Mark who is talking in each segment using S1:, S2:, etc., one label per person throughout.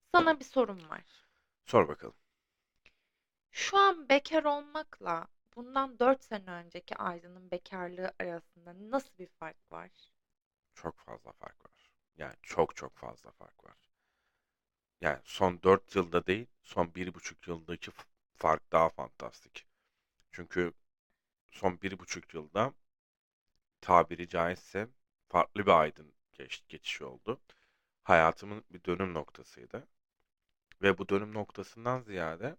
S1: Sana bir sorum var.
S2: Sor bakalım.
S1: Şu an bekar olmakla bundan 4 sene önceki Aydın'ın bekarlığı arasında nasıl bir fark var?
S2: Çok fazla fark var. Yani çok çok fazla fark var. Yani son 4 yılda değil, son 1,5 yıldaki fark daha fantastik. Çünkü son 1,5 yılda tabiri caizse farklı bir aydın geçişi oldu. Hayatımın bir dönüm noktasıydı. Ve bu dönüm noktasından ziyade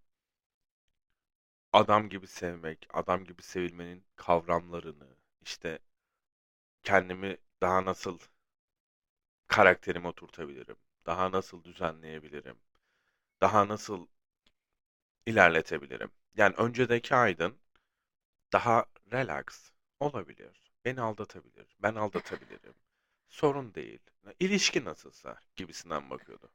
S2: adam gibi sevmek, adam gibi sevilmenin kavramlarını, işte kendimi daha nasıl karakterime oturtabilirim, daha nasıl düzenleyebilirim, daha nasıl ilerletebilirim. Yani öncedeki Aydın daha relax olabilir. Beni aldatabilir. Ben aldatabilirim. Sorun değil. İlişki nasılsa gibisinden bakıyordu.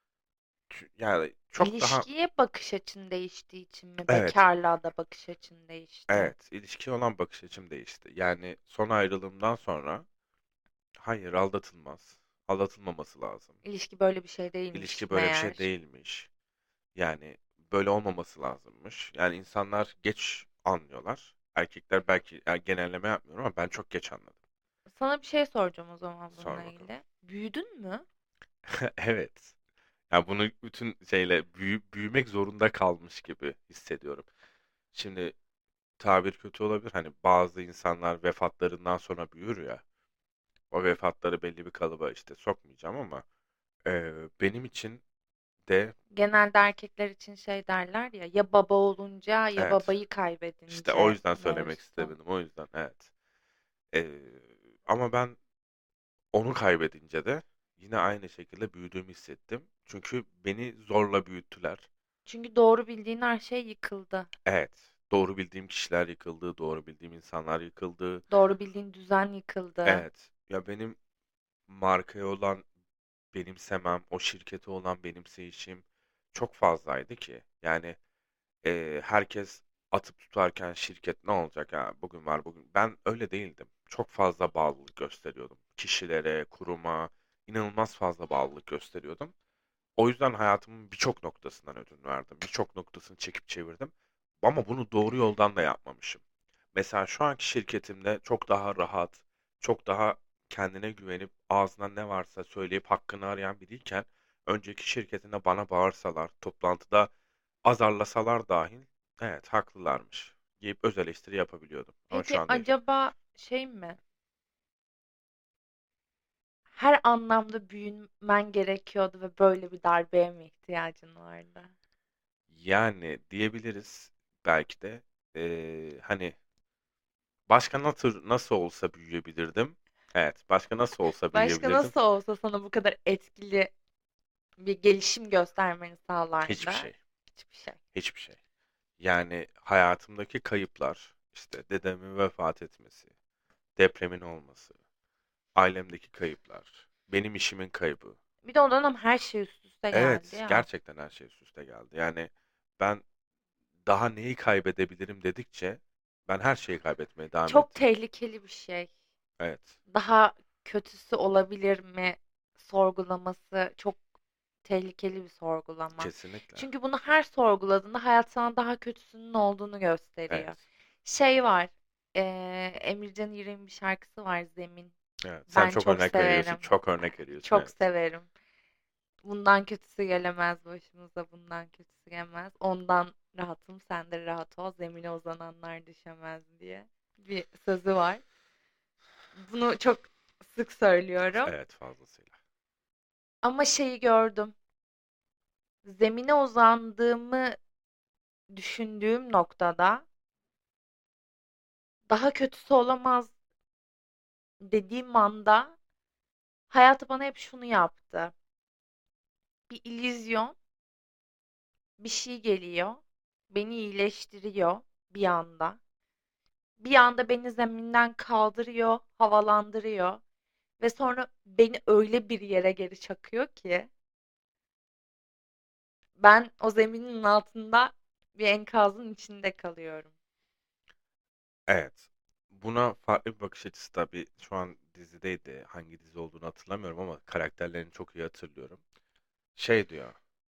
S2: Yani çok daha
S1: İlişkiye bakış açın değiştiği için mi
S2: evet,
S1: bekarlığa da bakış açın değişti?
S2: evet, ilişki olan bakış açım değişti. Yani son ayrılığımdan sonra hayır aldatılmaz. Aldatılmaması lazım.
S1: İlişki böyle bir şey değilmiş
S2: İlişki böyle bir şey
S1: meğer.
S2: değilmiş. Yani böyle olmaması lazımmış. Yani insanlar geç anlıyorlar. Erkekler belki yani genelleme yapmıyorum ama ben çok geç anladım.
S1: Sana bir şey soracağım o zaman
S2: Sor
S1: bununla
S2: bakalım.
S1: ilgili. Büyüdün mü?
S2: Evet. Ya bunu bütün şeyle büyümek zorunda kalmış gibi hissediyorum. Şimdi tabir kötü olabilir. Hani bazı insanlar vefatlarından sonra büyür ya. O vefatları belli bir kalıba işte sokmayacağım ama benim için de
S1: Genelde erkekler için şey derler ya, ya baba olunca ya
S2: evet.
S1: babayı
S2: İşte o
S1: kaybedince
S2: yüzden söylemek
S1: mevzusu.
S2: istemedim. O yüzden evet. Ee, ama ben onu kaybedince de yine aynı şekilde büyüdüğümü hissettim. Çünkü beni zorla büyüttüler.
S1: Çünkü doğru bildiğin her şey yıkıldı.
S2: Evet. Doğru bildiğim kişiler yıkıldı. Doğru bildiğim insanlar yıkıldı.
S1: Doğru bildiğin düzen yıkıldı.
S2: Evet. Ya benim markaya olan benimsemem, o şirkete olan benimseyişim çok fazlaydı ki. Yani herkes atıp tutarken şirket ne olacak ya bugün var bugün. Ben öyle değildim. Çok fazla bağlılık gösteriyordum. Kişilere, kuruma inanılmaz fazla bağlılık gösteriyordum. O yüzden hayatımın birçok noktasından ödün verdim. Birçok noktasını çekip çevirdim. Ama bunu doğru yoldan da yapmamışım. Mesela şu anki şirketimde çok daha rahat, çok daha kendine güvenip ağzından ne varsa söyleyip hakkını arayan biriyken önceki şirketinde bana bağırsalar, toplantıda azarlasalar dahil evet haklılarmış deyip öz eleştiri yapabiliyordum. Ama şu
S1: Peki
S2: an değil.
S1: acaba şey mi? Her anlamda büyünmen gerekiyordu ve böyle bir darbeye mi ihtiyacın vardı?
S2: Yani diyebiliriz belki de hani başka nasıl olsa büyüyebilirdim. Evet, başka nasıl olsa
S1: Başka
S2: büyüyebilirdim.
S1: nasıl olsa sana bu kadar etkili bir gelişim göstermeni
S2: Hiçbir
S1: sağlardı?
S2: şey.
S1: Hiçbir şey.
S2: Hiçbir şey. Yani hayatımdaki kayıplar, işte dedemin vefat etmesi, depremin olması, ailemdeki kayıplar, benim işimin kaybı.
S1: Bir de o dönem her şey üst üste geldi
S2: Evet,
S1: ya.
S2: gerçekten her şey üst üste geldi. Yani ben daha neyi kaybedebilirim dedikçe ben her şeyi kaybetmeye devam
S1: Çok
S2: ettim.
S1: tehlikeli bir şey.
S2: Evet,
S1: Daha kötüsü olabilir mi sorgulaması çok tehlikeli bir sorgulama.
S2: kesinlikle.
S1: Çünkü bunu her sorguladığında hayat sana daha kötüsünün olduğunu gösteriyor.
S2: Evet,
S1: Şey var, Emircan İrik'in bir şarkısı var, Zemin.
S2: evet. Sen
S1: Ben
S2: çok
S1: çok
S2: örnek veriyorsun,
S1: severim.
S2: çok örnek veriyorsun.
S1: Çok
S2: Evet,
S1: severim. Bundan kötüsü gelemez başımıza, bundan kötüsü gelmez. Ondan rahatım, sen de rahat ol. Zemine uzananlar düşemez diye bir sözü var. Bunu çok sık söylüyorum.
S2: evet fazlasıyla.
S1: Ama şeyi gördüm. Zemine uzandığımı düşündüğüm noktada daha kötüsü olamaz dediğim anda hayat bana hep şunu yaptı. Bir illüzyon, bir şey geliyor, beni iyileştiriyor bir anda. Bir anda beni zeminden kaldırıyor, havalandırıyor ve sonra beni öyle bir yere geri çakıyor ki ben o zeminin altında bir enkazın içinde kalıyorum.
S2: Evet. Buna farklı bir bakış açısı tabii şu an dizideydi. Hangi dizi olduğunu hatırlamıyorum ama karakterlerini çok iyi hatırlıyorum. Şey diyor.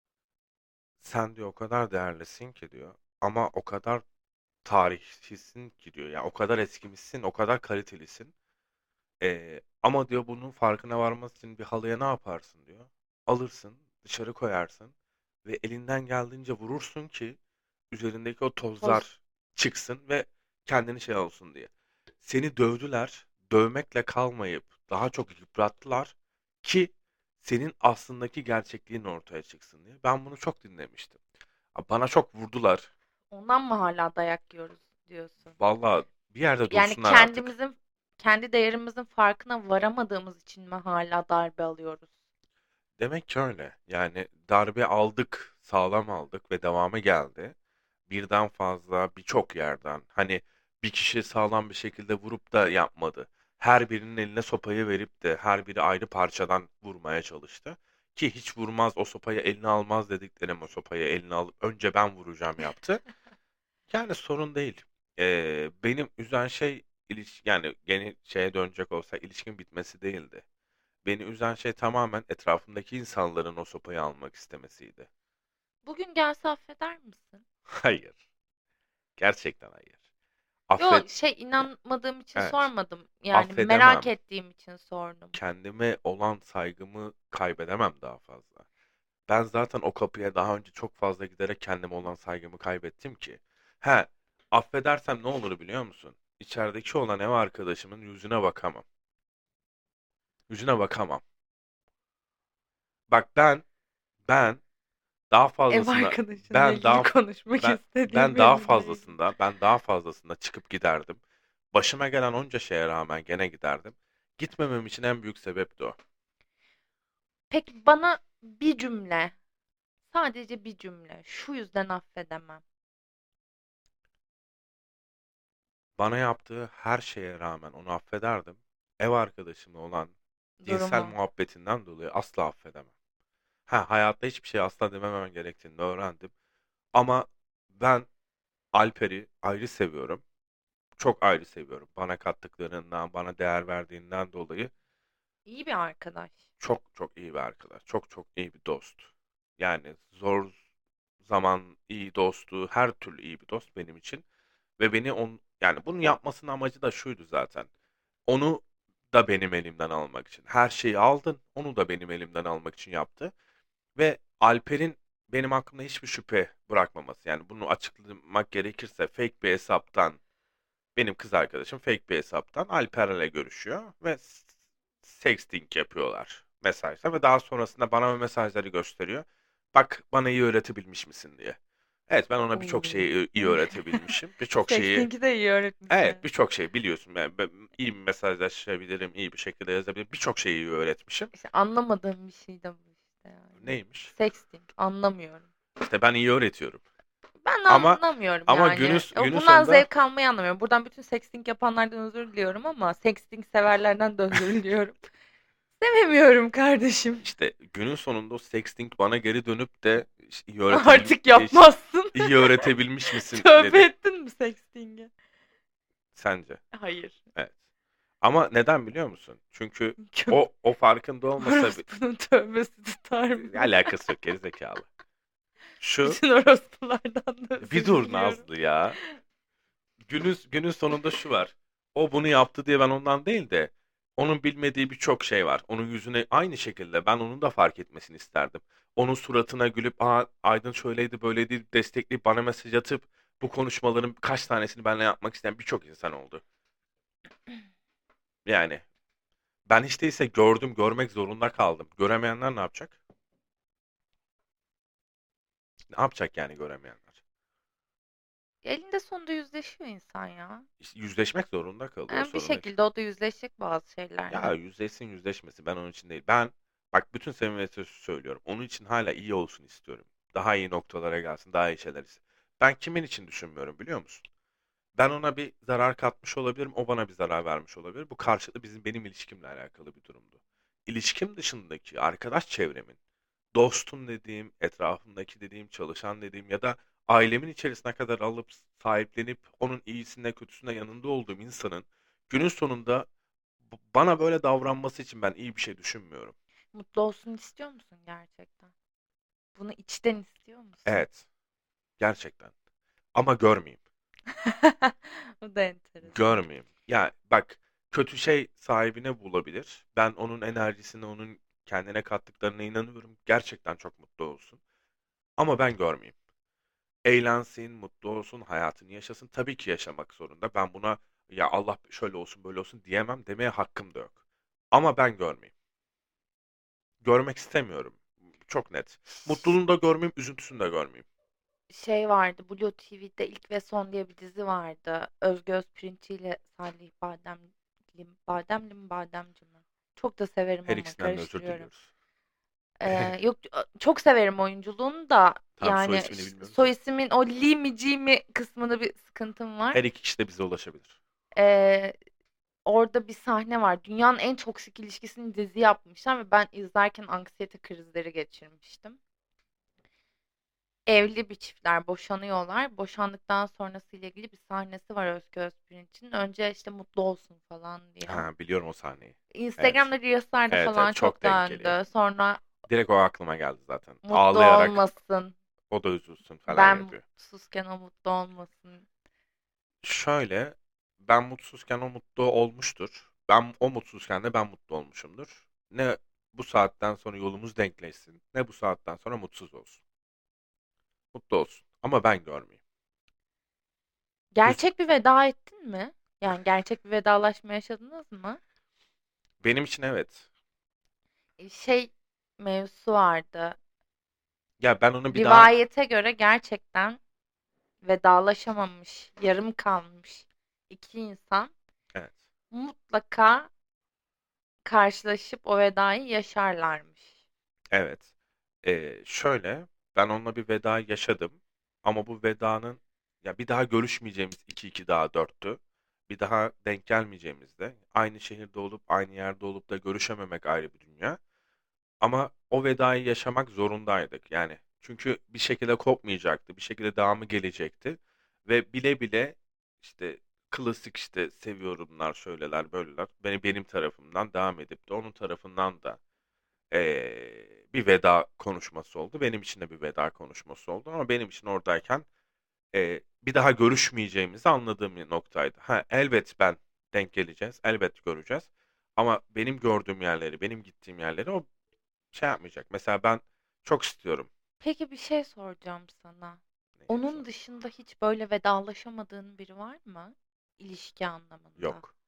S2: Sen diyor o kadar değerlisin ki diyor. Ama o kadar tarihçisin ki diyor. Ya o kadar eskimişsin, o kadar kalitelisin. Ama diyor bunun farkına varması için bir halıya ne yaparsın diyor. Alırsın, dışarı koyarsın ve elinden geldiğince vurursun ki üzerindeki o
S1: Toz.
S2: tozlar çıksın ve kendini şey olsun diye. Seni dövdüler, dövmekle kalmayıp daha çok yıprattılar ki senin aslındaki gerçekliğin ortaya çıksın diye. Ben bunu çok dinlemiştim. Bana çok vurdular.
S1: Ondan mı hala dayak yiyoruz diyorsun?
S2: Vallahi bir yerde
S1: Yani
S2: dursunlar artık.
S1: kendi değerimizin farkına varamadığımız için mi hala darbe alıyoruz?
S2: Demek ki öyle. Yani darbe aldık, sağlam aldık ve devamı geldi. Birden fazla, birçok yerden. Hani bir kişi sağlam bir şekilde vurup da yapmadı. Her birinin eline sopayı verip de her biri ayrı parçadan vurmaya çalıştı. Ki hiç vurmaz, o sopayı eline almaz dediklerim o sopayı eline alıp önce ben vuracağım yaptı. Yani sorun değil. Benim üzen şey yani yeni şeye dönecek olsa ilişkin bitmesi değildi. Beni üzen şey tamamen etrafımdaki insanların o sopayı almak istemesiydi.
S1: Bugün gelse affeder misin?
S2: Hayır. Gerçekten hayır.
S1: Yo,
S2: Affet,
S1: inanmadığım için
S2: evet.
S1: sormadım. Yani merak
S2: Affedemem.
S1: ettiğim için sordum.
S2: Kendime olan saygımı kaybedemem daha fazla. Ben zaten o kapıya daha önce çok fazla giderek kendime olan saygımı kaybettim ki. He, affedersem ne olur biliyor musun? İçerideki olan ev arkadaşımın yüzüne bakamam. Yüzüne bakamam. Bak ben daha
S1: Ev
S2: fazlasında
S1: arkadaşınla
S2: ben
S1: ilgili
S2: daha
S1: konuşmak
S2: ben
S1: istediğim
S2: ben daha
S1: biriyle ilgili.
S2: fazlasında çıkıp giderdim. Başıma gelen onca şeye rağmen gene giderdim. Gitmemem için en büyük sebep de o.
S1: Peki bana bir cümle, sadece bir cümle, şu yüzden affedemem.
S2: Bana yaptığı her şeye rağmen onu affederdim. Ev arkadaşımla olan cinsel
S1: Durumu.
S2: muhabbetinden dolayı asla affedemem. Ha, hayatta hiçbir şey asla dememem gerektiğini öğrendim. Ama ben Alper'i ayrı seviyorum. Çok ayrı seviyorum. Bana kattıklarından, bana değer verdiğinden dolayı
S1: İyi bir arkadaş.
S2: çok çok iyi bir arkadaş. Çok çok iyi bir dost. Yani zor zaman iyi dostu, her türlü iyi bir dost benim için. Ve yani bunu yapmasının amacı da şuydu zaten. Onu da benim elimden almak için. Her şeyi aldın, onu da benim elimden almak için yaptı. Ve Alper'in benim hakkımda hiçbir şüphe bırakmaması. Yani bunu açıklamak gerekirse fake bir hesaptan, benim kız arkadaşım fake bir hesaptan Alper'le görüşüyor ve sexting yapıyorlar mesajla ve daha sonrasında bana o mesajları gösteriyor. Bak bana iyi öğretebilmiş misin diye. Evet, ben ona birçok
S1: Oo.
S2: şeyi iyi öğretebilmişim. Birçok şeyi
S1: Sexting'i de iyi
S2: evet,
S1: öğretmişler.
S2: birçok şey biliyorsun. Ben iyi bir mesajlaşabilirim, iyi bir şekilde yazabilirim. Birçok şeyi iyi öğretmişim.
S1: İşte anlamadığım bir şey de bu işte yani.
S2: Neymiş?
S1: Sexting anlamıyorum.
S2: İşte ben iyi öğretiyorum.
S1: Ben
S2: Ama
S1: anlamıyorum
S2: ama
S1: yani.
S2: günün
S1: Bundan
S2: sonunda
S1: zevk almayı anlamıyorum. Buradan bütün sexting yapanlardan özür diliyorum ama sexting severlerden de özür diliyorum. Sevemiyorum kardeşim.
S2: işte günün sonunda o sexting bana geri dönüp de işte
S1: Artık yapmazsın.
S2: iyi öğretebilmiş misin
S1: Tövbe
S2: dedi.
S1: ettin mi sexting'e?
S2: Sence?
S1: Hayır.
S2: Evet. Ama neden biliyor musun? Çünkü
S1: Köp
S2: o farkında olmasa
S1: orospunun tövbesi tutar mı?
S2: alakası yok, gerizekalı. Şu
S1: Bütün orospulardan da
S2: bir
S1: özür
S2: dur
S1: diliyorum.
S2: Nazlı ya. Günün sonunda şu var. O bunu yaptı diye ben ondan değil de onun bilmediği birçok şey var. Onun yüzüne aynı şekilde ben onun da fark etmesini isterdim. Onun suratına gülüp Aydın şöyleydi böyleydi destekleyip bana mesaj atıp bu konuşmaların kaç tanesini benimle yapmak isteyen birçok insan oldu. Yani ben hiç değilse gördüm, görmek zorunda kaldım. Göremeyenler ne yapacak? Ne yapacak yani göremeyenler?
S1: Elinde sonunda yüzleşiyor insan ya.
S2: İşte yüzleşmek zorunda kalıyor,
S1: Yani bir
S2: sorun değil.
S1: şekilde o da yüzleşecek bazı
S2: Ya
S1: şeylerle.
S2: yüzleşsin yüzleşmesi, ben onun için değil. Ben bak bütün samimiyetle söylüyorum. Onun için hala iyi olsun istiyorum. Daha iyi noktalara gelsin, daha iyi şeyler istiyorum. Ben kimin için düşünmüyorum biliyor musun? Ben ona bir zarar katmış olabilirim, o bana bir zarar vermiş olabilir. Bu karşılıklı benim ilişkimle alakalı bir durumdu. İlişkim dışındaki arkadaş çevremin, dostum dediğim, etrafımdaki dediğim, çalışan dediğim ya da ailemin içerisine kadar alıp sahiplenip onun iyisinde kötüsünde yanında olduğum insanın günün sonunda bana böyle davranması için ben iyi bir şey düşünmüyorum.
S1: Mutlu olsun istiyor musun gerçekten? Bunu içten istiyor musun?
S2: Evet, gerçekten. Ama görmeyeyim.
S1: Bu da enteresan.
S2: Görmeyeyim. Ya bak, kötü şey sahibine bulabilir. Ben onun enerjisine, onun kendine kattıklarına inanıyorum. Gerçekten çok mutlu olsun. Ama ben görmeyeyim. Eğlensin, mutlu olsun, hayatını yaşasın. Tabii ki yaşamak zorunda. Ben buna ya Allah şöyle olsun böyle olsun diyemem, demeye hakkım da yok. Ama ben görmeyeyim. Görmek istemiyorum. Çok net. Mutluluğunu da görmeyeyim, üzüntüsünü de görmeyeyim.
S1: Şey vardı, Blue TV'de İlk ve Son diye bir dizi vardı. Özgü Özpirinççi ile Salih Bademli mi Bademci mi? Çok da severim
S2: Her
S1: ama
S2: ikisinden de özür
S1: karıştırıyorum.
S2: diliyoruz.
S1: Yok, çok severim oyunculuğunu da,
S2: Tam soy
S1: yani
S2: ismini bilmiyorum
S1: soy
S2: ki.
S1: ismin o Lee mi G mi kısmında bir sıkıntım var.
S2: Her iki kişi de bize ulaşabilir.
S1: Ee, Orada bir sahne var. Dünyanın en toksik ilişkisini dizi yapmışlar ve ben izlerken anksiyete krizleri geçirmiştim. Evli bir çiftler boşanıyorlar. Boşandıktan sonrası ile ilgili bir sahnesi var Özgür Özpirinç'in. Önce işte mutlu olsun falan diyor.
S2: Ha, biliyorum o sahneyi. Evet.
S1: Instagram'da Reels'larda
S2: Evet, evet,
S1: falan
S2: çok
S1: çok
S2: denk geliyor.
S1: döndü. Sonra
S2: Direkt o aklıma geldi zaten.
S1: mutlu
S2: Ağlayarak
S1: olmasın.
S2: o da üzülsün falan
S1: Ben
S2: yapıyor.
S1: mutsuzken o mutlu olmasın.
S2: Şöyle, ben mutsuzken o mutlu olmuştur. Ben o mutsuzken de ben mutlu olmuşumdur. Ne bu saatten sonra yolumuz denkleşsin, ne bu saatten sonra mutsuz olsun. Mutlu olsun. Ama ben görmeyeyim. Üz
S1: Gerçek bir veda ettin mi? Yani gerçek bir vedalaşma yaşadınız mı?
S2: Benim için evet.
S1: Şey mevzusu vardı.
S2: Ya ben onu bir daha
S1: Rivayete göre gerçekten vedalaşamamış, yarım kalmış iki insan
S2: evet.
S1: mutlaka karşılaşıp o vedayı yaşarlarmış.
S2: Evet. Şöyle, ben onunla bir veda yaşadım. Ama bu vedanın ya bir daha görüşmeyeceğimiz 2 daha 4'tü. Bir daha denk gelmeyeceğimiz de aynı şehirde olup aynı yerde olup da görüşememek ayrı bir dünya. Ama o vedayı yaşamak zorundaydık. Yani çünkü bir şekilde kopmayacaktı. Bir şekilde devamı gelecekti. Ve bile bile işte klasik işte seviyorumlar, şöyleler, böyleler. Benim tarafımdan devam edip de onun tarafından da bir veda konuşması oldu. Benim için de bir veda konuşması oldu. Ama benim için oradayken bir daha görüşmeyeceğimizi anladığım bir noktaydı. Ha, elbet ben denk geleceğiz. Elbet göreceğiz. Ama benim gördüğüm yerleri, benim gittiğim yerleri o şey yapmayacak. Mesela ben çok istiyorum.
S1: Peki bir şey soracağım sana.
S2: Neymiş o?
S1: Onun dışında hiç böyle vedalaşamadığın biri var mı? İlişki anlamında.
S2: Yok.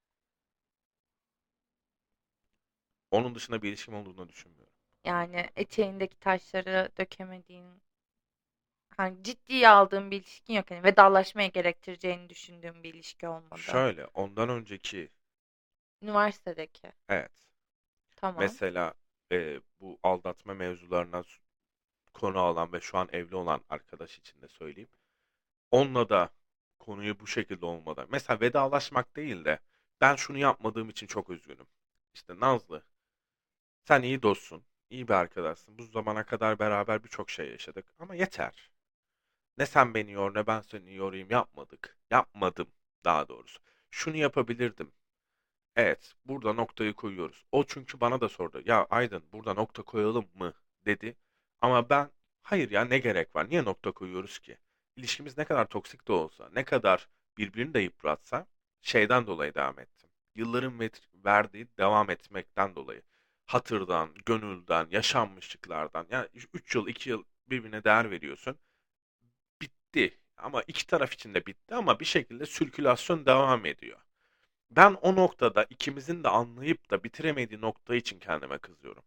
S2: Onun dışında bir ilişkim olduğunu düşünmüyorum.
S1: Yani eteğindeki taşları dökemediğin, hani ciddiye aldığın bir ilişkin yok. Hani vedalaşmaya gerektireceğini düşündüğün bir ilişki olmadı.
S2: Şöyle, ondan önceki
S1: Üniversitedeki.
S2: evet.
S1: Tamam.
S2: Mesela bu aldatma mevzularına konu alan ve şu an evli olan arkadaş için de söyleyeyim. Onunla da konuyu bu şekilde olmadan. Mesela vedalaşmak değil de ben şunu yapmadığım için çok üzgünüm. İşte Nazlı, sen iyi dostsun, iyi bir arkadaşsın. Bu zamana kadar beraber birçok şey yaşadık ama yeter. Ne sen beni yor ne ben seni yorayım yapmadık. Yapmadım daha doğrusu. Şunu yapabilirdim. Evet, burada noktayı koyuyoruz. O çünkü bana da sordu. Ya Aydın, burada nokta koyalım mı dedi. Ama ben hayır ya ne gerek var? Niye nokta koyuyoruz ki? İlişkimiz ne kadar toksik de olsa, ne kadar birbirini de yıpratsa şeyden dolayı devam ettim. Yılların verdiği devam etmekten dolayı. Hatırdan, gönülden, yaşanmışlıklardan. Yani 3 yıl, 2 yıl birbirine değer veriyorsun. Bitti. Ama iki taraf için de bitti ama bir şekilde sirkülasyon devam ediyor. Ben o noktada ikimizin de anlayıp da bitiremediği nokta için kendime kızıyorum.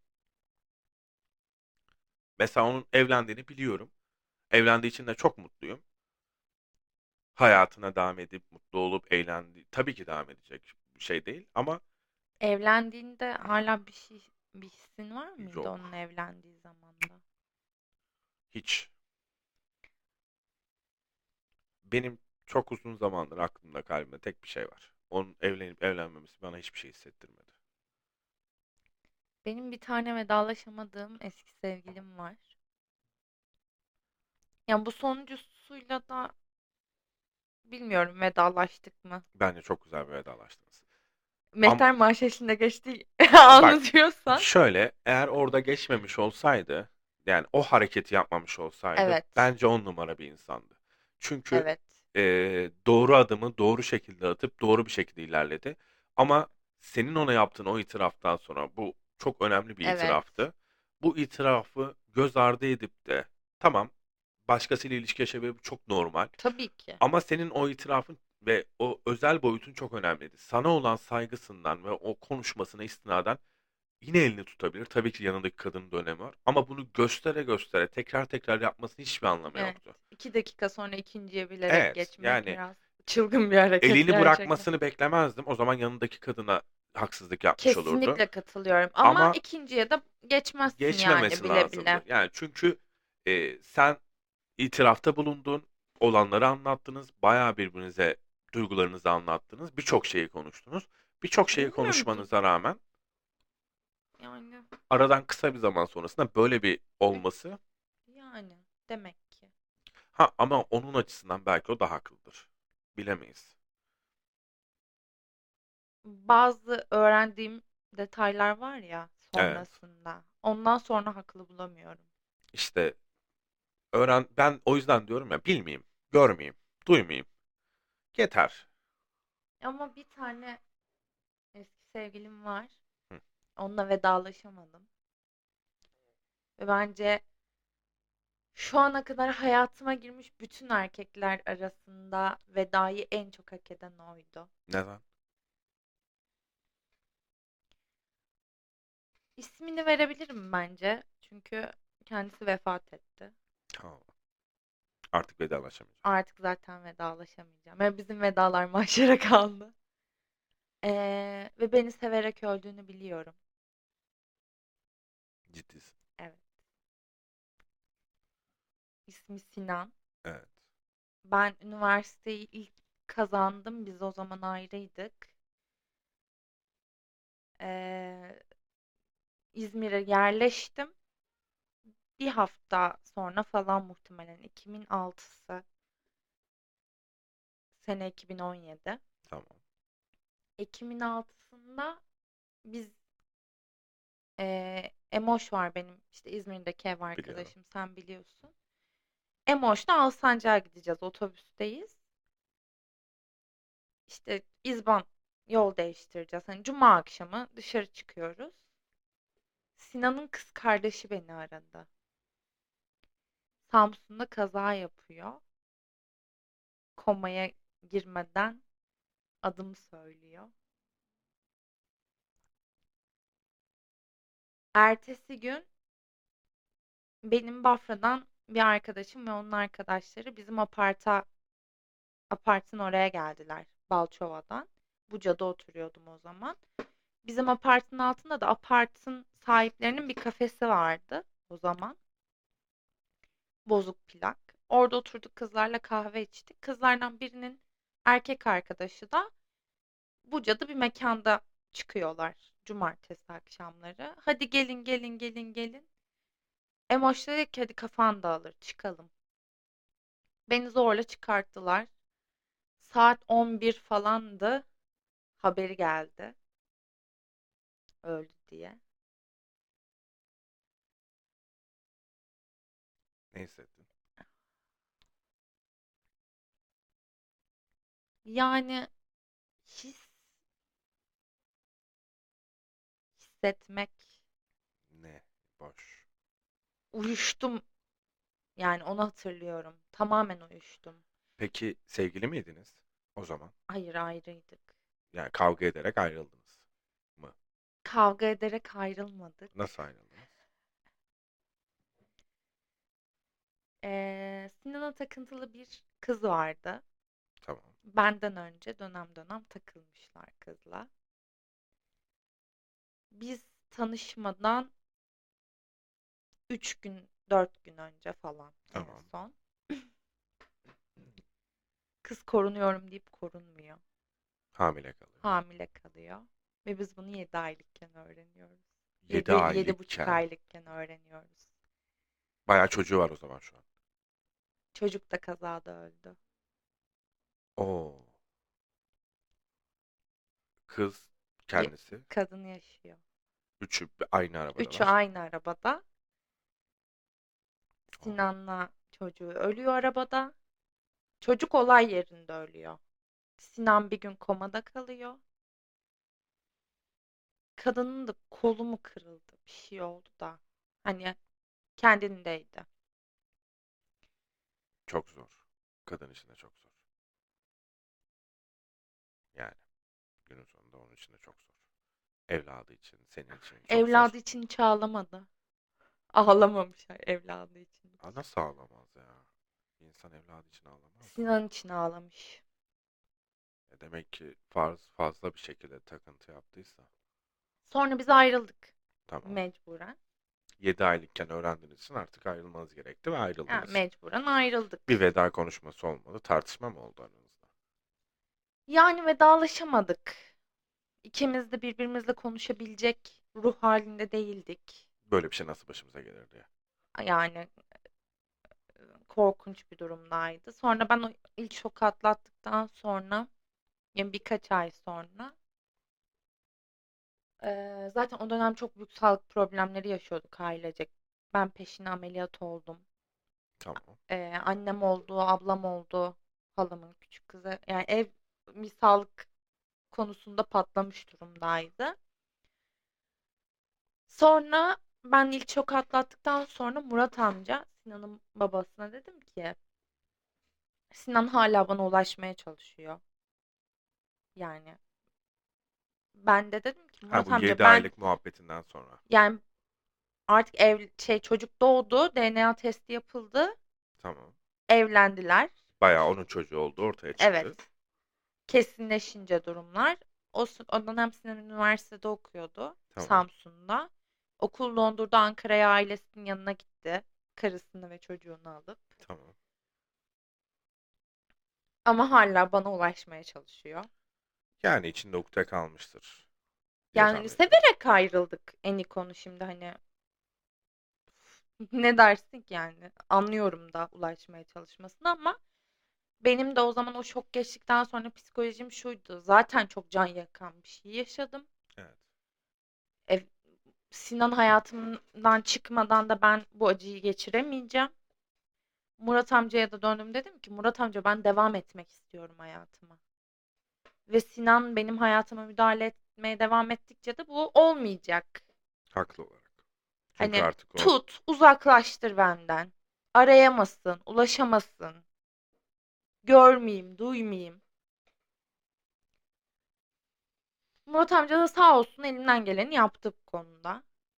S2: Mesela onun evlendiğini biliyorum. Evlendiği için de çok mutluyum. Hayatına devam edip mutlu olup eğlendi. Tabii ki devam edecek bir şey değil ama
S1: Evlendiğinde hala bir hissin var mıydı onun
S2: yok.
S1: evlendiği zamanda?
S2: Hiç. Benim çok uzun zamandır aklımda kalbimde tek bir şey var. Onun evlenip evlenmemesi bana hiçbir şey hissettirmedi.
S1: Benim bir tane vedalaşamadığım eski sevgilim var. Yani bu sonuncusuyla da bilmiyorum vedalaştık mı?
S2: Bence çok güzel bir vedalaştınız. Ama
S1: Mehter Marşesi'nde geçtiği
S2: bak
S1: anlatıyorsan.
S2: şöyle eğer orada geçmemiş olsaydı yani o hareketi yapmamış olsaydı
S1: Evet.
S2: bence 10 numara bir insandı. Çünkü
S1: Evet.
S2: doğru adımı doğru şekilde atıp doğru bir şekilde ilerledi. Ama senin ona yaptığın o itiraftan sonra bu çok önemli bir
S1: Evet.
S2: itiraftı. Bu itirafı göz ardı edip de tamam başkasıyla ilişki yaşamak çok normal.
S1: Tabii ki.
S2: Ama senin o itirafın ve o özel boyutun çok önemliydi. Sana olan saygısından ve o konuşmasına istinaden yine elini tutabilir. Tabii ki yanındaki kadının da önemi var. Ama bunu göstere göstere tekrar tekrar yapmasının hiçbir anlamı
S1: Evet.
S2: yoktu.
S1: 2 dakika sonra ikinciye bilerek
S2: Evet,
S1: geçmek
S2: yani
S1: biraz çılgın bir hareket
S2: elini
S1: gerçekten.
S2: bırakmasını beklemezdim. O zaman yanındaki kadına haksızlık yapmış olurdu.
S1: Kesinlikle katılıyorum. Ama
S2: Ama
S1: ikinciye de geçmezsin yani
S2: geçmemesi
S1: bile bile.
S2: lazımdı. Yani çünkü sen itirafta bulundun, olanları anlattınız, bayağı birbirinize duygularınızı anlattınız, birçok şeyi konuştunuz. Birçok şeyi
S1: Bilmiyorum.
S2: konuşmanıza rağmen
S1: Yani
S2: aradan kısa bir zaman sonrasında böyle bir
S1: e,
S2: olması,
S1: yani demek ki.
S2: ha ama onun açısından belki o da haklıdır. Bilemeyiz.
S1: Bazı öğrendiğim detaylar var ya
S2: Evet.
S1: sonrasında. Ondan sonra haklı bulamıyorum.
S2: İşte ben o yüzden diyorum ya bilmeyeyim, görmeyeyim, duymayayım. Yeter.
S1: Ama bir tane eski sevgilim var.
S2: Hı.
S1: Onunla vedalaşamadım. Ve bence şu ana kadar hayatıma girmiş bütün erkekler arasında vedayı en çok hak eden oydu.
S2: Neden?
S1: İsmini verebilirim bence. Çünkü kendisi vefat etti.
S2: Tamam. Artık vedalaşamayacağım.
S1: Artık zaten vedalaşamayacağım. Ve bizim vedalar mahşere kaldı. Ve beni severek öldüğünü biliyorum.
S2: Ciddisin.
S1: Evet. İsmi Sinan.
S2: Evet.
S1: Ben üniversiteyi ilk kazandım. Biz o zaman ayrıydık. Ee, İzmir'e yerleştim. Bir hafta sonra falan muhtemelen 2006'sı. Sene 2017.
S2: Tamam.
S1: 2006'sında biz Emoş var benim işte İzmir'deki ev
S2: Biliyorum.
S1: arkadaşım sen biliyorsun. Emoş'ta Alsancak'a gideceğiz otobüsteyiz. İşte İzban yol değiştireceğiz. Hani cuma akşamı dışarı çıkıyoruz. Sinan'ın kız kardeşi beni aradı. Samsun'da kaza yapıyor. Komaya girmeden adımı söylüyor. Ertesi gün benim Bafra'dan bir arkadaşım ve onun arkadaşları bizim apartın oraya geldiler. Balçova'dan. Buca'da oturuyordum o zaman. Bizim apartın altında da apartın sahiplerinin bir kafesi vardı o zaman. Bozuk plak. Orada oturduk kızlarla kahve içtik. Kızlardan birinin erkek arkadaşı da Buca'da bir mekanda çıkıyorlar cumartesi akşamları. Hadi gelin gelin gelin gelin. Emoş dedi ki hadi kafan dağılır çıkalım. Beni zorla çıkarttılar. Saat 11 falandı. Haberi geldi. Öldü diye.
S2: Ne hissettin?
S1: Yani his hissetmek.
S2: Ne? Boş.
S1: Uyuştum. Yani onu hatırlıyorum. Tamamen uyuştum.
S2: Peki sevgili miydiniz o zaman?
S1: Hayır ayrıydık.
S2: Yani kavga ederek ayrıldınız mı?
S1: Kavga ederek ayrılmadık.
S2: Nasıl ayrıldınız?
S1: Sinan'a takıntılı bir kız vardı.
S2: Tamam.
S1: Benden önce dönem dönem takılmışlar kızla. Biz tanışmadan 3 gün, 4 gün önce falan en
S2: Tamam.
S1: son. Kız korunuyorum deyip korunmuyor.
S2: Hamile kalıyor.
S1: Hamile kalıyor. Ve biz bunu 7 aylıkken öğreniyoruz. 7
S2: 7
S1: 7,5
S2: aylıkken.
S1: aylıkken öğreniyoruz.
S2: Bayağı çocuğu var o zaman şu an.
S1: Çocuk da kazada öldü.
S2: Oo. Kız
S1: Bir
S2: kendisi.
S1: kadın yaşıyor.
S2: Üçü aynı
S1: Üçü
S2: arabadalar.
S1: aynı arabada. Sinan'la çocuğu ölüyor arabada. Çocuk olay yerinde ölüyor. Sinan bir gün komada kalıyor. Kadının da kolu mu kırıldı? Bir şey oldu da. Hani kendindeydi.
S2: Çok zor. Kadın için de çok zor. Yani günün sonunda onun için de çok zor. Evladı için, senin için çok
S1: Evladı
S2: zor.
S1: için hiç ağlamadı. Ağlamamış evladı için
S2: Aa,
S1: hiç.
S2: nasıl ağlamaz ya? Bir insan evladı için ağlamaz mı?
S1: Sinan için ağlamış.
S2: Demek ki fazla bir şekilde takıntı yaptıysa.
S1: Sonra biz ayrıldık
S2: Tamam.
S1: mecburen.
S2: 7 aylıkken öğrendiğiniz için artık ayrılmanız gerekti ve
S1: Yani
S2: ayrıldınız.
S1: mecburen
S2: Bir
S1: ayrıldık.
S2: veda konuşması olmadı. Tartışma mı oldu aranızda?
S1: Yani vedalaşamadık. İkimiz de birbirimizle konuşabilecek ruh halinde değildik.
S2: Böyle bir şey nasıl başımıza gelir diye.
S1: Yani korkunç bir durumdaydı. Sonra ben o ilk şoku atlattıktan sonra, yani birkaç ay sonra, zaten o dönem çok büyük sağlık problemleri yaşıyorduk ailecek. Ben peşine ameliyat oldum.
S2: Tamam.
S1: Annem oldu, ablam oldu, halamın küçük kızı. Yani ev bir sağlık konusunda patlamış durumdaydı. Sonra ben ilk şoku atlattıktan sonra Murat amca Sinan'ın babasına dedim ki Sinan hala bana ulaşmaya çalışıyor. Yani ben de dedim ki
S2: Ha,
S1: Murat
S2: bu
S1: amca
S2: 7
S1: ben
S2: aylık muhabbetinden sonra.
S1: yani artık çocuk doğdu, DNA testi yapıldı,
S2: Tamam.
S1: evlendiler.
S2: Bayağı onun çocuğu oldu, ortaya çıktı.
S1: Evet, kesinleşince durumlar. O dönem Sinan üniversitede okuyordu
S2: Tamam.
S1: Samsun'da. Okul dondurdu, Ankara'ya ailesinin yanına gitti. Karısını ve çocuğunu alıp.
S2: Tamam.
S1: Ama hala bana ulaşmaya çalışıyor.
S2: Yani içinde ukde kalmıştır diye
S1: Yani
S2: tahmin ediyorum.
S1: severek ayrıldık Enikon'u şimdi hani ne dersin ki yani anlıyorum da ulaşmaya çalışmasını ama benim de o zaman o şok geçtikten sonra psikolojim şuydu. Zaten çok can yakan bir şey yaşadım.
S2: Evet.
S1: E, Sinan hayatımdan çıkmadan da ben bu acıyı geçiremeyeceğim. Murat amcaya da döndüm dedim ki Murat amca ben devam etmek istiyorum hayatıma. Ve Sinan benim hayatıma müdahale etmeye devam ettikçe de bu olmayacak.
S2: Haklı olarak. Çünkü
S1: Hani
S2: artık o
S1: tut, uzaklaştır benden. Arayamasın, ulaşamasın. Görmeyeyim, duymayayım. Murat amca da sağ olsun elinden geleni yaptı bu konuda.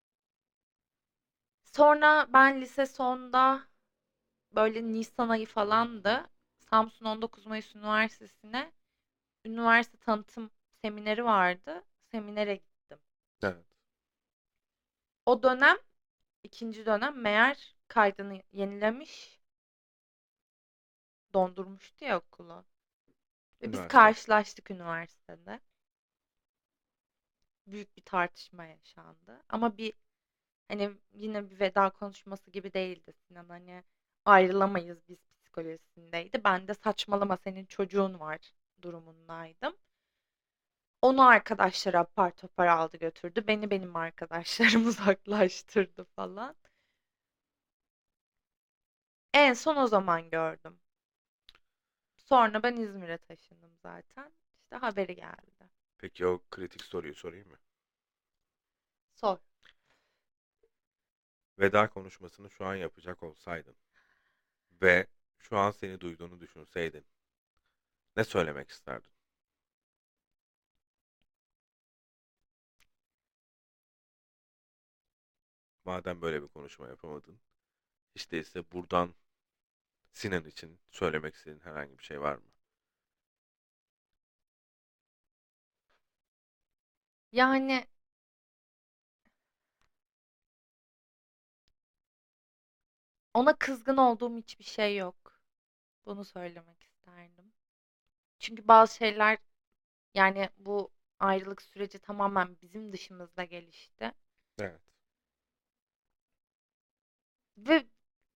S1: Sonra ben lise sonda böyle Nisan ayı falandı. Samsun 19 Mayıs Üniversitesi'ne üniversite tanıtım semineri vardı. Seminere gittim.
S2: evet.
S1: O dönem, ikinci dönem meğer kaydını yenilemiş, dondurmuştu ya okulu. Ve biz
S2: Üniversite.
S1: karşılaştık üniversitede. Büyük bir tartışma yaşandı. Ama hani yine bir veda konuşması gibi değildi Sinan. Hani ayrılamayız biz psikolojisindeydi. Ben de saçmalama senin çocuğun var durumundaydım. Onu arkadaşlar apar topar aldı götürdü. Beni benim arkadaşlarım uzaklaştırdı falan. En son o zaman gördüm. Sonra ben İzmir'e taşındım zaten. İşte haberi geldi.
S2: Peki o kritik soruyu sorayım mı?
S1: Sor.
S2: Veda konuşmasını şu an yapacak olsaydın ve şu an seni duyduğunu düşünseydin ne söylemek isterdin? Madem böyle bir konuşma yapamadın, hiç değilse buradan Sinan için söylemek istediğin herhangi bir şey var mı?
S1: Yani ona kızgın olduğum hiçbir şey yok. Bunu söylemek isterdim. Çünkü bazı şeyler yani bu ayrılık süreci tamamen bizim dışımızda gelişti.
S2: Evet.
S1: Ve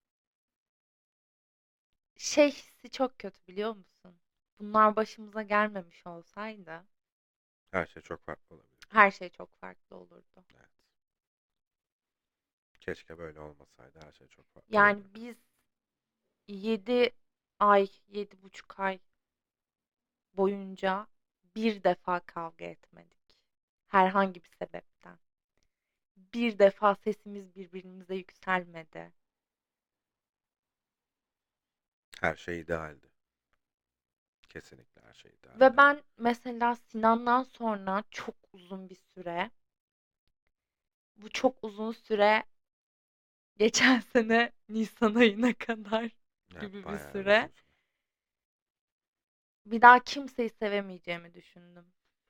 S1: şey hissi çok kötü biliyor musun? Bunlar başımıza gelmemiş olsaydı
S2: Her şey çok farklı olabilir.
S1: her şey çok farklı olurdu.
S2: Evet. Keşke böyle olmasaydı. Her şey çok farklı
S1: Yani
S2: olurdu.
S1: biz 7 ay, 7,5 ay boyunca bir defa kavga etmedik. Herhangi bir sebepten. Bir defa sesimiz birbirimize yükselmedi.
S2: Her şey idealdi. Kesinlikle her şey
S1: Ve
S2: idealdi.
S1: ben mesela Sinan'dan sonra çok uzun bir süre, bu çok uzun süre geçen sene Nisan ayına kadar
S2: Evet,
S1: gibi bir
S2: bayağı uzun
S1: süre
S2: süre.
S1: bir daha kimseyi sevemeyeceğimi düşündüm.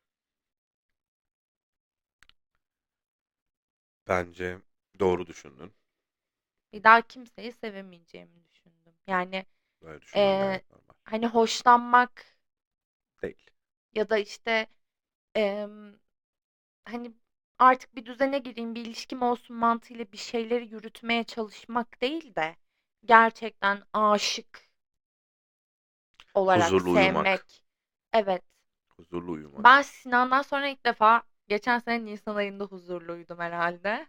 S2: Bence doğru düşündün.
S1: Bir daha kimseyi sevemeyeceğimi düşündüm. Yani
S2: Böyle düşünmen
S1: eee,
S2: gayet normal.
S1: hani hoşlanmak
S2: Değil.
S1: ya da işte em, hani artık bir düzene gireyim, bir ilişkim olsun mantığıyla bir şeyleri yürütmeye çalışmak değil de gerçekten aşık olarak
S2: Huzurlu uyumak.
S1: sevmek. Evet.
S2: Huzurlu
S1: Ben
S2: uyumak.
S1: Sinan'dan sonra ilk defa geçen sene Nisan ayında huzurluydum herhalde.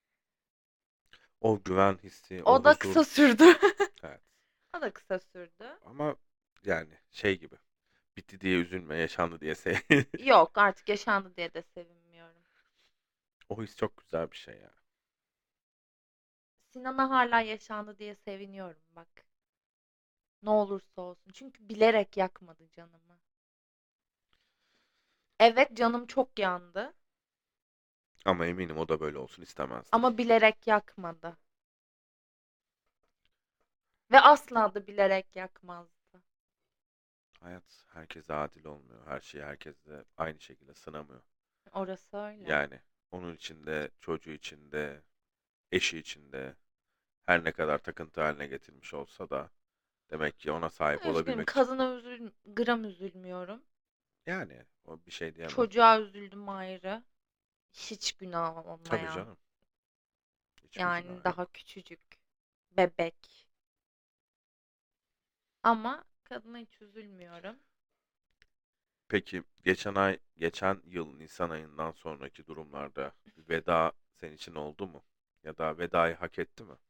S2: O güven hissi, o
S1: O da kısa
S2: huzur.
S1: sürdü.
S2: Evet.
S1: O da kısa sürdü.
S2: Ama yani şey gibi. Bitti diye üzülme, yaşandı diye sev.
S1: Yok, artık yaşandı diye de sevinmiyorum.
S2: O his çok güzel bir şey ya.
S1: Sinan'a hala yaşandı diye seviniyorum bak. Ne olursa olsun. Çünkü bilerek yakmadı canımı. Evet, canım çok yandı
S2: Ama eminim o da böyle olsun istemezdi.
S1: ama bilerek yakmadı. Ve asla da bilerek yakmazdı.
S2: Hayat herkese adil olmuyor. Her şeyi herkese aynı şekilde sınamıyor.
S1: Orası öyle.
S2: Yani onun içinde, çocuğu içinde, eşi içinde her ne kadar takıntı haline getirmiş olsa da demek ki ona sahip
S1: Üzgünüm.
S2: olabilmek için.
S1: Kadına gram üzülmüyorum.
S2: Yani o bir şey diyemem.
S1: Çocuğa üzüldüm ayrı. Hiç günah
S2: Tabii
S1: olmayan.
S2: canım. Hiçbir
S1: Yani
S2: günah
S1: daha
S2: yok.
S1: küçücük. Bebek. Ama kadına hiç üzülmüyorum.
S2: Peki geçen yıl Nisan ayından sonraki durumlarda bir veda senin için oldu mu? Ya da vedayı hak etti mi?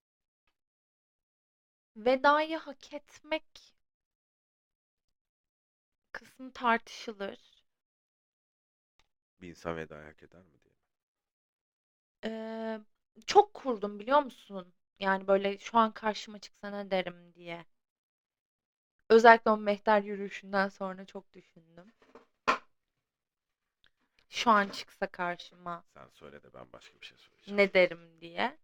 S1: Vedayı hak etmek kısmı tartışılır.
S2: Bir insan vedayı hak eder mi diye.
S1: Ee, Çok kurdum biliyor musun? Yani böyle şu an karşıma çıksa ne derim diye. Özellikle o mehter yürüyüşünden sonra çok düşündüm. Şu an çıksa karşıma
S2: Sen söyle de ben başka bir şey söyleyeceğim.
S1: ne derim diye.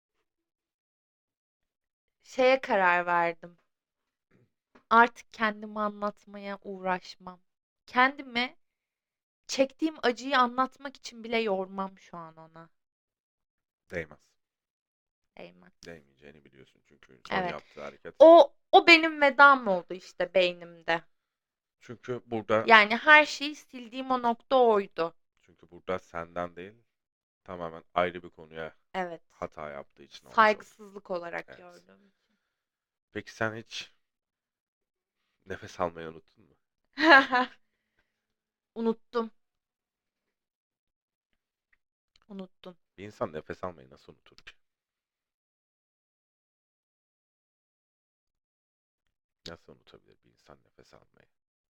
S1: Şeye karar verdim. Artık kendimi anlatmaya uğraşmam. Kendimi çektiğim acıyı anlatmak için bile yormam şu an ona.
S2: Değmez.
S1: Eymen.
S2: Değmeyeceğini biliyorsun çünkü son
S1: Evet.
S2: yaptığı hareket.
S1: O benim vedam oldu işte beynimde.
S2: Çünkü burada
S1: Yani her şeyi sildiğim o nokta oydu.
S2: çünkü burada senden değil tamamen ayrı bir konuya
S1: Evet.
S2: hata yaptığı için olmuş oldu.
S1: Saygısızlık olarak
S2: Evet.
S1: gördüğüm için.
S2: Peki sen hiç nefes almayı unuttun mu?
S1: Unuttum. Unuttum.
S2: Bir insan nefes almayı nasıl unutur ki? Nasıl unutabilir bir insan nefes almayı?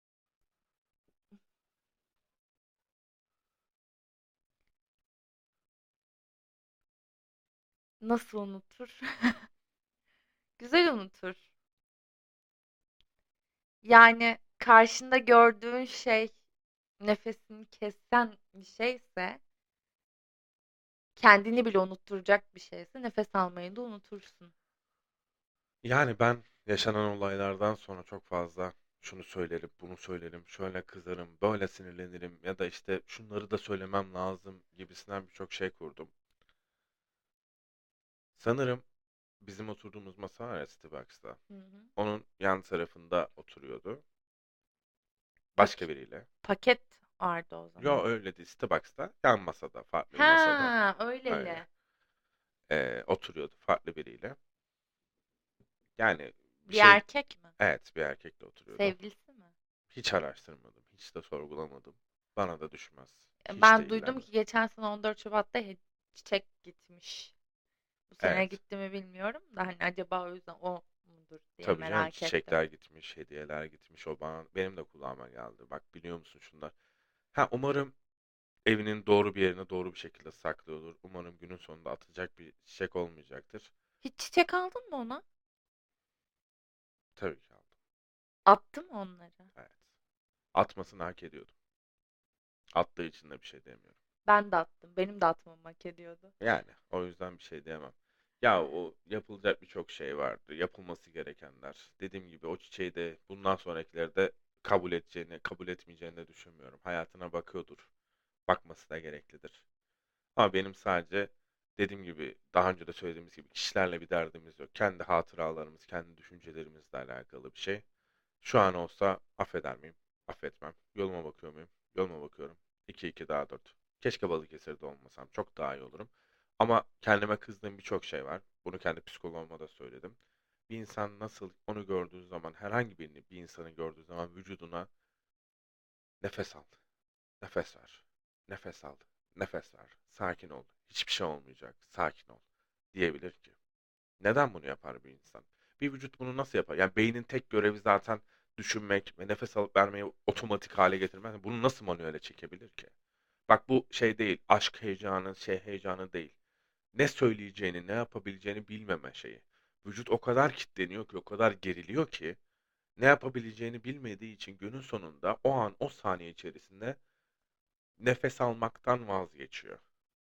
S1: Nasıl unutur? Güzel unutur. Yani karşında gördüğün şey nefesini kesen bir şeyse, kendini bile unutturacak bir şeyse nefes almayı da unutursun.
S2: Yani ben yaşanan olaylardan sonra çok fazla şunu söylerim, bunu söylerim, şöyle kızarım, böyle sinirlenirim ya da işte şunları da söylemem lazım gibisinden birçok şey kurdum. Sanırım bizim oturduğumuz masa var ya Starbucks'ta.
S1: Hı hı.
S2: Onun yan tarafında oturuyordu. Başka
S1: Pak-
S2: biriyle.
S1: Paket vardı o
S2: Yo
S1: zaman.
S2: öyle değil. Starbucks'ta yan masada, farklı bir masada.
S1: Ha,
S2: Öyle.
S1: öyleli.
S2: Oturuyordu farklı biriyle. Yani bir
S1: Bir
S2: şey,
S1: erkek mi?
S2: evet bir erkekle oturuyordu.
S1: Sevgilisi mi?
S2: Hiç araştırmadım. Hiç de sorgulamadım. Bana da düşmez. Hiç de
S1: Ben duydum
S2: ilgilenmem.
S1: ki geçen sene 14 Şubat'ta çiçek gitmiş. Bu sene
S2: Evet.
S1: gitti mi bilmiyorum da hani acaba o yüzden o mudur diye
S2: Tabii canım,
S1: merak ettim.
S2: çiçekler gitmiş, hediyeler gitmiş. O bana, benim de kulağıma geldi. Bak, biliyor musun şunlar? Ha, umarım evinin doğru bir yerine doğru bir şekilde saklıyordur. Umarım günün sonunda atacak bir çiçek olmayacaktır.
S1: Hiç çiçek aldın mı ona?
S2: Tabii ki aldım.
S1: Attı mı onları?
S2: Evet. Atmasını hak ediyordu. Attığı için de bir şey demiyorum.
S1: Ben de attım. Benim de atmamı hak ediyordu.
S2: Yani o yüzden bir şey diyemem. Ya, o yapılacak birçok şey vardı. Yapılması gerekenler. Dediğim gibi o çiçeği de bundan sonrakileri de kabul edeceğini, kabul etmeyeceğini de düşünmüyorum. Hayatına bakıyordur. Bakması da gereklidir. Ama benim sadece, dediğim gibi, daha önce de söylediğimiz gibi, kişilerle bir derdimiz yok. Kendi hatıralarımız, kendi düşüncelerimizle alakalı bir şey. Şu an olsa affeder miyim? Affetmem. Yoluma bakıyor muyum? Yoluma bakıyorum. 2 2 daha 4. Keşke Balıkesir'de olmasam. Çok daha iyi olurum. Ama kendime kızdığım birçok şey var. Bunu kendi psikoloğuma da söyledim. Bir insan nasıl onu gördüğü zaman, herhangi birini, bir insanı gördüğü zaman vücuduna nefes al, nefes ver, nefes al, nefes ver, sakin ol, hiçbir şey olmayacak, sakin ol diyebilir ki. Neden bunu yapar bir insan? Bir vücut bunu nasıl yapar? Yani beynin tek görevi zaten düşünmek ve nefes alıp vermeyi otomatik hale getirmek. Bunu nasıl manuele çekebilir ki? Bak, bu şey değil. Aşk heyecanı, şey heyecanı değil. Ne söyleyeceğini, ne yapabileceğini bilmeme şeyi. Vücut o kadar kilitleniyor ki, o kadar geriliyor ki, ne yapabileceğini bilmediği için günün sonunda o an, o saniye içerisinde nefes almaktan vazgeçiyor.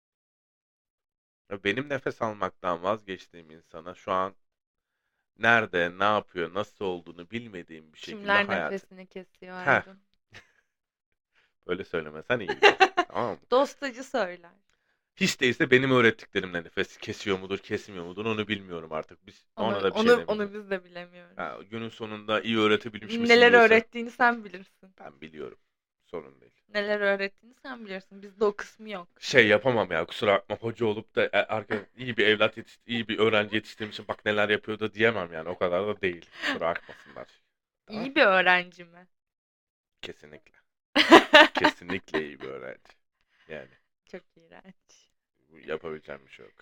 S2: Benim nefes almaktan vazgeçtiğim insana şu an nerede, ne yapıyor, nasıl olduğunu bilmediğim bir şekilde
S1: Kimler
S2: hayat.
S1: nefesini kesiyor
S2: Heh,
S1: Aydın?
S2: öyle söylemesen iyiydi. Tamam mı?
S1: Dostacı söyler.
S2: Hiç değilse benim öğrettiklerimle nefes kesiyor mudur, kesmiyor mudur onu bilmiyorum artık. Biz ona
S1: Onu
S2: da bir şey
S1: onu
S2: demeyeceğim.
S1: onu biz de bilemiyoruz.
S2: Ha, günün sonunda iyi öğretebilmiş misin
S1: Neler
S2: diyorsa
S1: öğrettiğini sen bilirsin.
S2: ben biliyorum. Sorun değil.
S1: Neler öğrettiğini sen bilirsin. Bizde o kısmı yok.
S2: Şey yapamam ya, kusura bakma, hoca olup da iyi bir evlat iyi bir öğrenci yetiştirmişim, bak neler yapıyor da diyemem yani, o kadar da değil. Kusura bakmasınlar. Tamam.
S1: İyi bir öğrenci mi?
S2: Kesinlikle. Kesinlikle iyi bir öğrenci. Yani
S1: Çok iğrenç.
S2: yapabileceğim bir şey yok.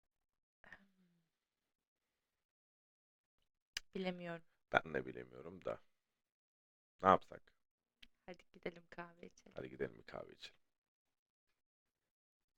S1: Bilemiyorum.
S2: Ben de bilemiyorum da. Ne yapsak?
S1: Hadi gidelim kahve içelim.
S2: Hadi gidelim bir kahve içelim.